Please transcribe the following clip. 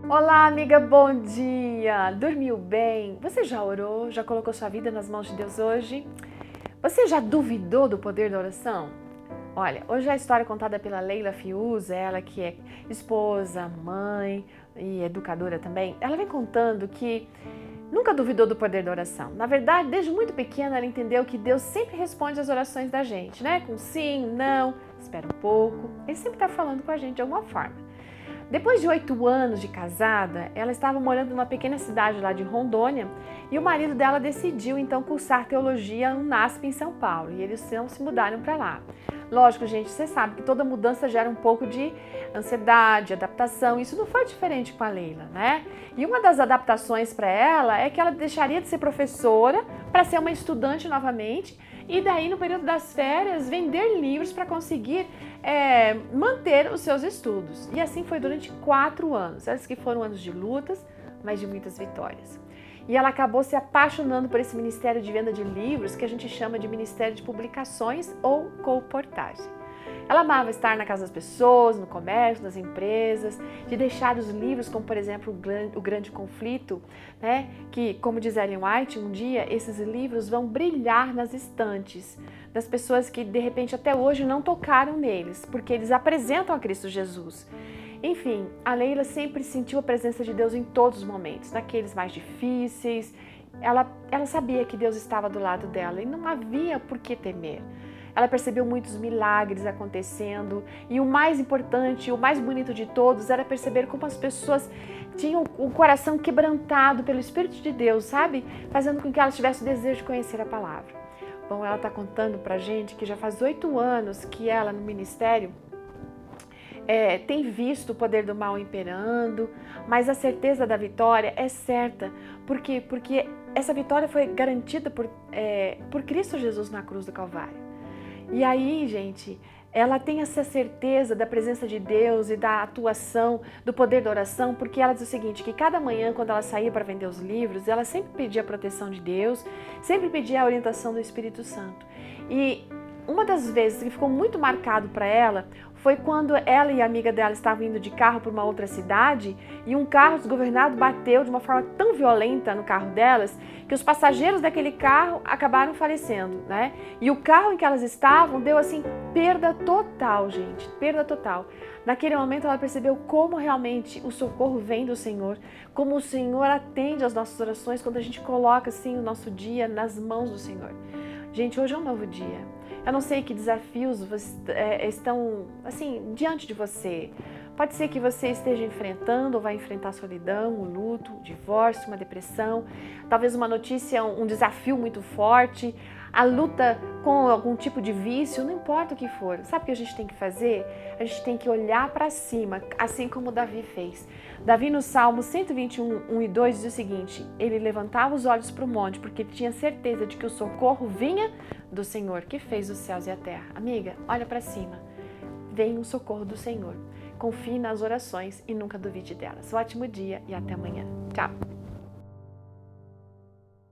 Olá, amiga, bom dia! Dormiu bem? Você já orou? Já colocou sua vida nas mãos de Deus hoje? Você já duvidou do poder da oração? Olha, hoje a história contada pela Leila Fiuza, ela que é esposa, mãe e educadora também, ela vem contando que nunca duvidou do poder da oração. Na verdade, desde muito pequena, ela entendeu que Deus sempre responde às orações da gente, né? Com sim, não, espera um pouco. Ele sempre está falando com a gente de alguma forma. Depois de 8 anos de casada, ela estava morando numa pequena cidade lá de Rondônia e o marido dela decidiu então cursar teologia no NASP em São Paulo e eles então se mudaram para lá. Lógico, gente, você sabe que toda mudança gera um pouco de ansiedade, adaptação. Isso não foi diferente com a Leila, né? E uma das adaptações para ela é que ela deixaria de ser professora para ser uma estudante novamente e daí no período das férias vender livros para conseguir manter os seus estudos. E assim foi durante 4 anos. Esses que foram anos de lutas, mas de muitas vitórias. E ela acabou se apaixonando por esse ministério de venda de livros que a gente chama de ministério de publicações ou colportagem. Ela amava estar na casa das pessoas, no comércio, nas empresas, de deixar os livros, como por exemplo o Grande Conflito, né? Que, como diz Ellen White, um dia esses livros vão brilhar nas estantes das pessoas que de repente até hoje não tocaram neles, porque eles apresentam a Cristo Jesus. Enfim, a Leila sempre sentiu a presença de Deus em todos os momentos, naqueles mais difíceis. Ela sabia que Deus estava do lado dela e não havia por que temer. Ela percebeu muitos milagres acontecendo e o mais importante, o mais bonito de todos era perceber como as pessoas tinham o coração quebrantado pelo Espírito de Deus, sabe? Fazendo com que elas tivessem o desejo de conhecer a palavra. Bom, ela está contando pra gente que já faz 8 anos que ela no ministério tem visto o poder do mal imperando, mas a certeza da vitória é certa. Por quê? Porque essa vitória foi garantida por Cristo Jesus na cruz do Calvário. E aí, gente, ela tem essa certeza da presença de Deus e da atuação, do poder da oração, porque ela diz o seguinte, que cada manhã, quando ela saía para vender os livros, ela sempre pedia a proteção de Deus, sempre pedia a orientação do Espírito Santo. E uma das vezes que ficou muito marcado para ela foi quando ela e a amiga dela estavam indo de carro para uma outra cidade e um carro desgovernado bateu de uma forma tão violenta no carro delas que os passageiros daquele carro acabaram falecendo, né? E o carro em que elas estavam deu assim perda total, gente, perda total. Naquele momento ela percebeu como realmente o socorro vem do Senhor, como o Senhor atende às nossas orações quando a gente coloca assim o nosso dia nas mãos do Senhor. Gente, hoje é um novo dia. Eu não sei que desafios estão assim diante de você. Pode ser que você esteja enfrentando ou vai enfrentar a solidão, o luto, o divórcio, uma depressão, talvez uma notícia, um desafio muito forte, a luta com algum tipo de vício, não importa o que for. Sabe o que a gente tem que fazer? A gente tem que olhar para cima, assim como Davi fez. Davi no Salmo 121, 1 e 2 diz o seguinte, ele levantava os olhos para o monte, porque ele tinha certeza de que o socorro vinha do Senhor, que fez os céus e a terra. Amiga, olha para cima, vem o socorro do Senhor. Confie nas orações e nunca duvide delas. Um ótimo dia e até amanhã. Tchau!